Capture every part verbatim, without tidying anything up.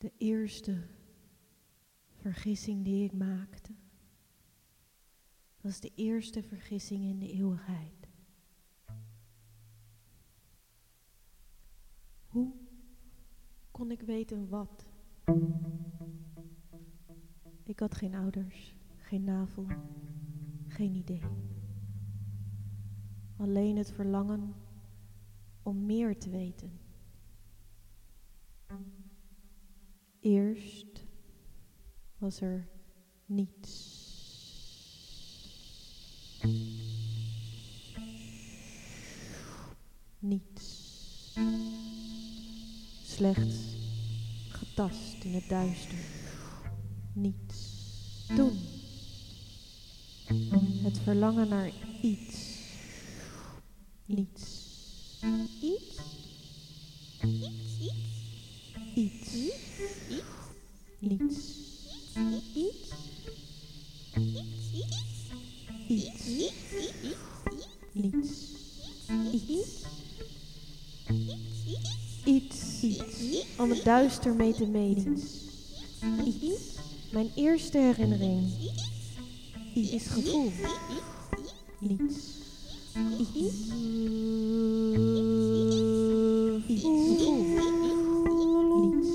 De eerste vergissing die ik maakte, was de eerste vergissing in de eeuwigheid. Hoe kon ik weten wat? Ik had geen ouders, geen navel, geen idee. Alleen het verlangen om meer te weten. Eerst was er niets. Niets. Slechts getast in het duister. Niets. Toen. Het verlangen naar iets. Niets. Iets? Iets, iets? Iets. Iets? Niets. Iets? Iets, iets? Iets. Niets. Iets. Iets. Iets. Om het duister mee te meten. Iets. Mijn eerste herinnering. Iets is gevoel. Niets. Iets. Iets. Gevoel. Niets.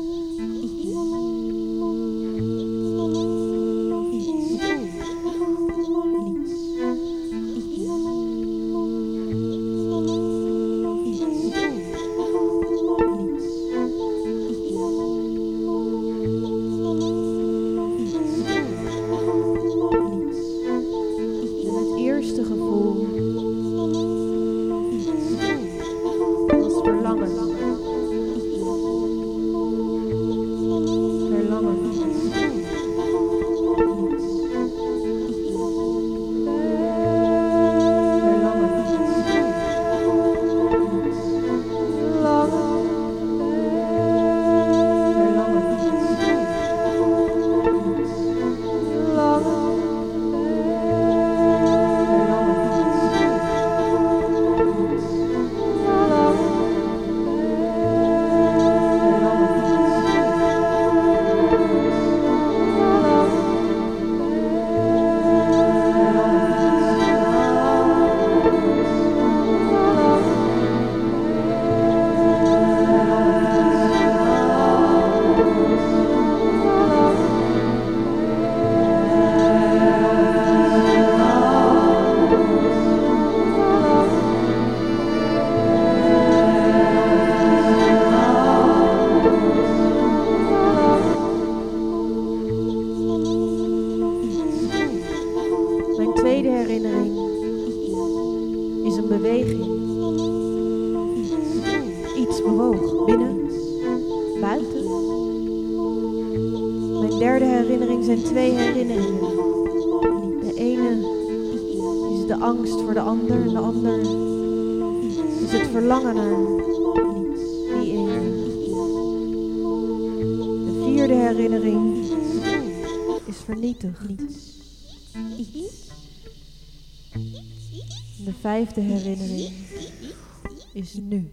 zijn twee herinneringen. De ene is de angst voor de ander en de ander is het verlangen naar die ene. De vierde herinnering is vernietigd. De vijfde herinnering is nu.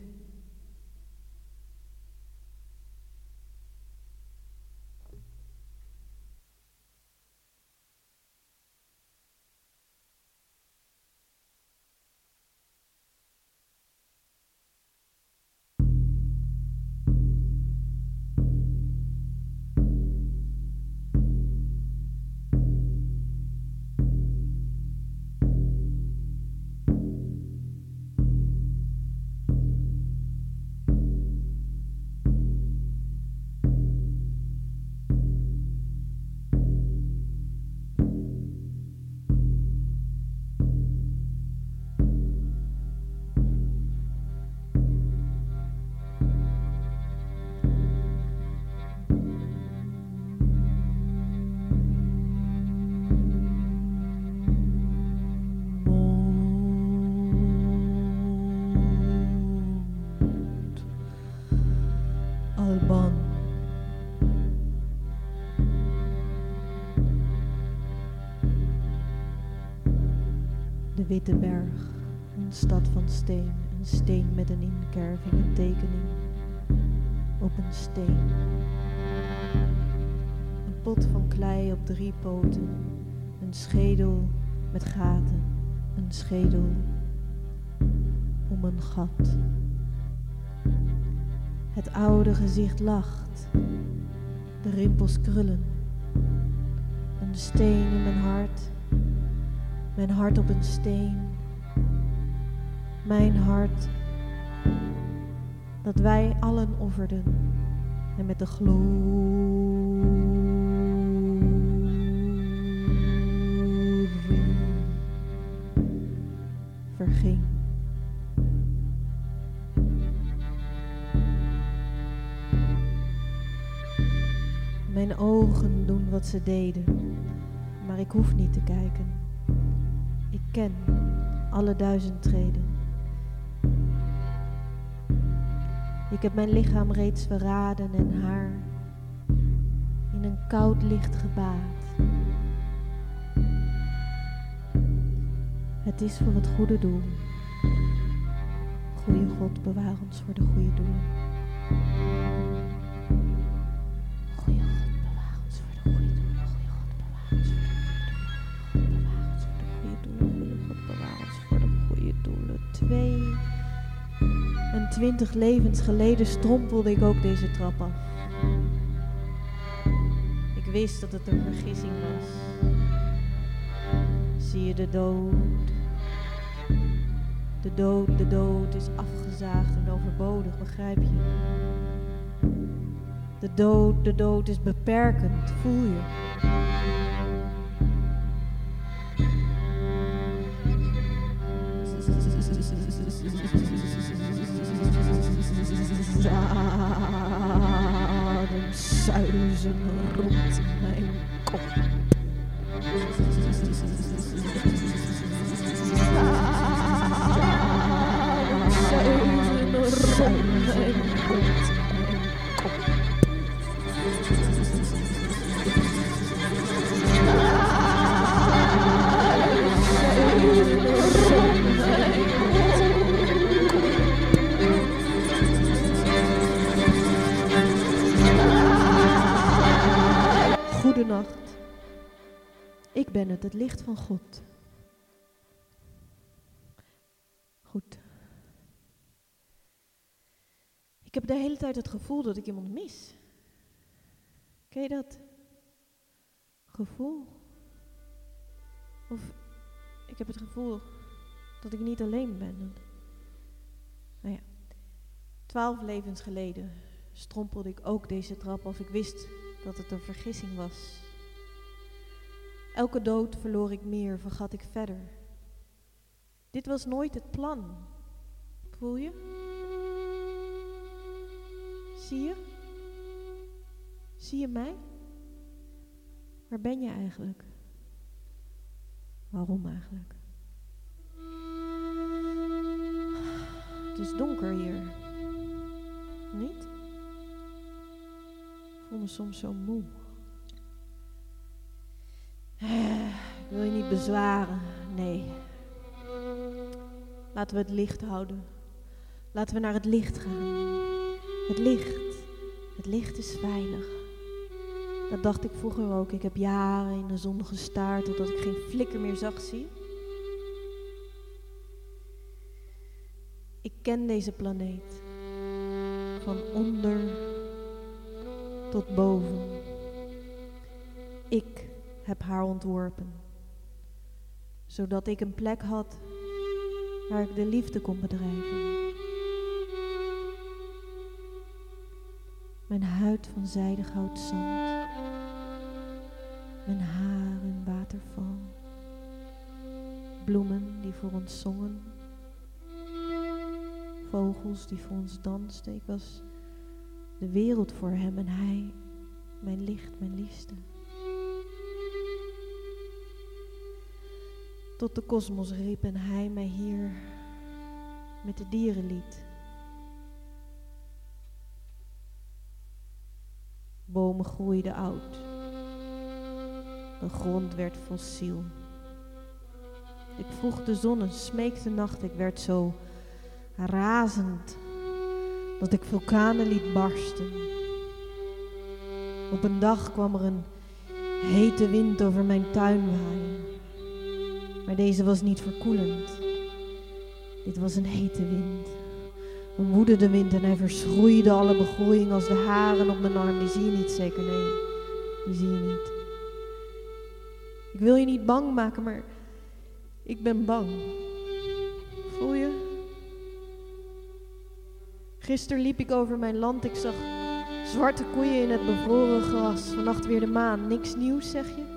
Alban. De Witte Berg, een stad van steen, een steen met een inkerving, een tekening op een steen. pot van klei op drie poten. Een schedel met gaten. Een schedel om een gat. Het oude gezicht lacht. De rimpels krullen. Een steen in mijn hart. Mijn hart op een steen. Mijn hart dat wij allen offerden. En met de glorie verging. Mijn ogen doen wat ze deden, maar ik hoef niet te kijken. Ik ken alle duizend treden. Ik heb mijn lichaam reeds verraden en haar in een koud licht gebaad. Het is voor het goede doel. Goeie God, bewaar ons voor de goede doelen. Goeie God, bewaar ons voor de goede doelen. Goeie God, bewaar ons voor de goede doelen. Goeie God, bewaar ons voor de goede doelen. Twee en twintig levens geleden strompelde ik ook deze trap af. Ik wist dat het een vergissing was. Zie je de dood? De dood, de dood is afgezaagd en overbodig, begrijp je? De dood, de dood is beperkend, voel je? Ademsuizen rond mijn kop. Goedenacht. Ik ben het, het licht van God. Goed. Ik heb de hele tijd het gevoel dat ik iemand mis. Ken je dat? Gevoel? Of ik heb het gevoel dat ik niet alleen ben. Nou ja, twaalf levens geleden strompelde ik ook deze trap af. Ik wist dat het een vergissing was. Elke dood verloor ik meer, vergat ik verder. Dit was nooit het plan. Voel je? Zie je? Zie je mij? Waar ben je eigenlijk? Waarom eigenlijk? Het is donker hier. Niet? Ik voel me soms zo moe. Ik wil je niet bezwaren, nee. Laten we het licht houden. Laten we naar het licht gaan. Het licht. Het licht is veilig. Dat dacht ik vroeger ook. Ik heb jaren in de zon gestaard totdat ik geen flikker meer zag, zie. Ik ken deze planeet. Van onder tot boven. Ik heb haar ontworpen. Zodat ik een plek had waar ik de liefde kon bedrijven. Mijn huid van zijdig hout zand. Mijn haar een waterval. Bloemen die voor ons zongen. Vogels die voor ons dansten. Ik was de wereld voor hem en hij, mijn licht, mijn liefste. Tot de kosmos riep en hij mij hier met de dieren liet. Bomen groeiden oud. De grond werd fossiel. Ik vroeg de zon en smeekte nacht. Ik werd zo razend dat ik vulkanen liet barsten. Op een dag kwam er een hete wind over mijn tuin waaien. Maar deze was niet verkoelend. Dit was een hete wind. Een woedende wind en hij verschroeide alle begroeiing als de haren op mijn arm. Die zie je niet zeker, nee. Die zie je niet. Ik wil je niet bang maken, maar ik ben bang. Voel je? Gisteren liep ik over mijn land. Ik zag zwarte koeien in het bevroren gras. Vannacht weer de maan. Niks nieuws, zeg je?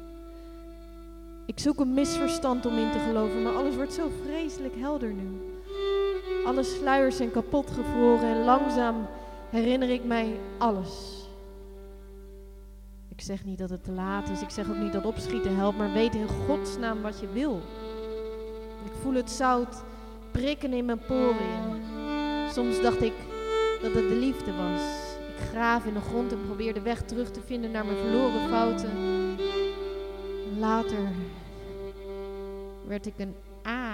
Ik zoek een misverstand om in te geloven, maar alles wordt zo vreselijk helder nu. Alle sluiers zijn kapot gevroren en langzaam herinner ik mij alles. Ik zeg niet dat het te laat is, ik zeg ook niet dat opschieten helpt, maar weet in godsnaam wat je wil. Ik voel het zout prikken in mijn poriën. Soms dacht ik dat het de liefde was. Ik graaf in de grond en probeer de weg terug te vinden naar mijn verloren fouten. Later werd ik een A.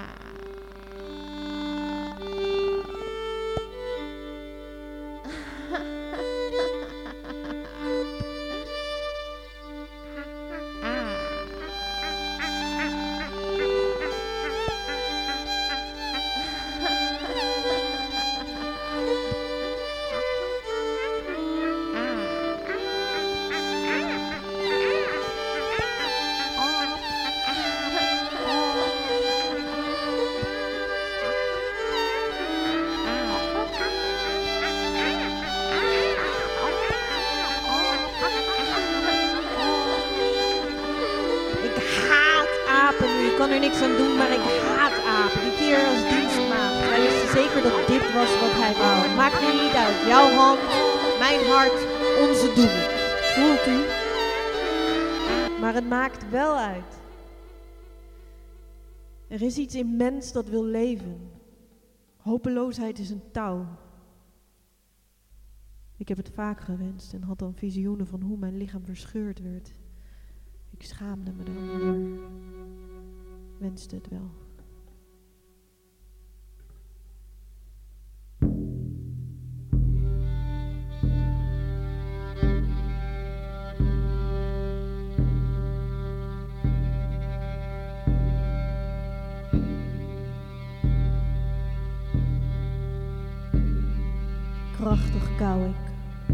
Ik kan er niks aan doen, maar ik haat apen. Die keer als dienstmaagd. Hij wist zeker dat dit was wat hij wou. Maakt nu niet uit. Jouw hand, mijn hart, onze doelen. Voelt u? Maar het maakt wel uit. Er is iets in mens dat wil leven. Hopeloosheid is een touw. Ik heb het vaak gewenst en had dan visioenen van hoe mijn lichaam verscheurd werd. Ik schaamde me daarover. Wenste het wel. Krachtig kauw ik.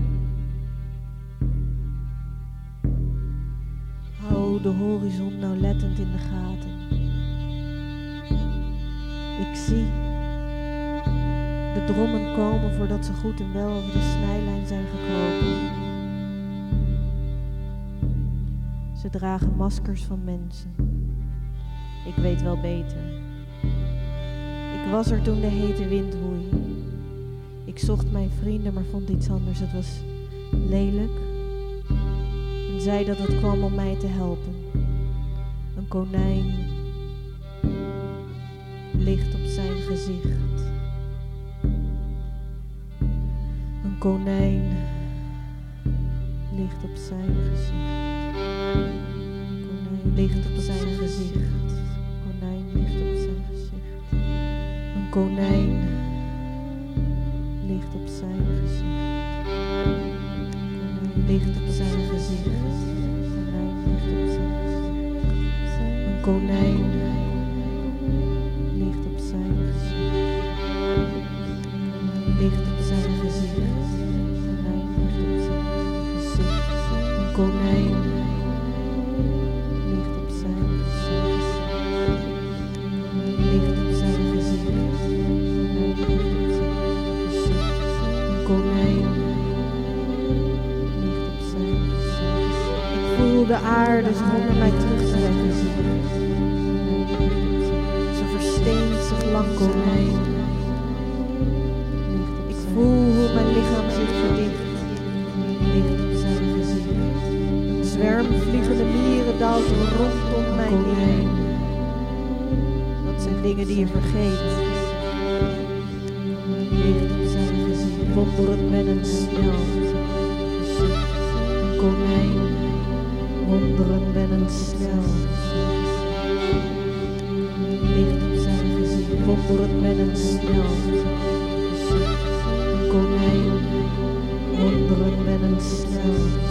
Hou de horizon nauwlettend in de gaten. Ik zie de drommen komen voordat ze goed en wel over de snijlijn zijn gekropen. Ze dragen maskers van mensen. Ik weet wel beter. Ik was er toen de hete wind woei. Ik zocht mijn vrienden, maar vond iets anders. Het was lelijk en zei dat het kwam om mij te helpen. Een konijn ligt op zijn gezicht. Een konijn ligt op zijn gezicht. Een konijn ligt op zijn gezicht. Een konijn ligt op zijn gezicht. Een konijn ligt op zijn gezicht. Een konijn ligt op zijn gezicht. Een konijn ligt op zijn gezicht. Een konijn ligt op zijn gezicht. Ligt op zijn gezicht. Een konijn ligt op zijn gezicht. Ligt op zijn gezicht. Een konijn ligt op zijn gezicht. Ik voel de aarde zonder mij terugtrekken. Ze versteent zich lang konijn. Ik voel hoe mijn lichaam zich verdicht. Ligt op zijn gezicht. Een zwerm vliegende mieren daalt rondom mij neer. Dat zijn dingen die je vergeet. Ligt op zijn gezicht. Wonderen wennen snel. Een konijn. Wonderen wennen snel. Ligt op zijn gezicht. Wonderen wennen snel. Een konijn. Wonderen wennen snel.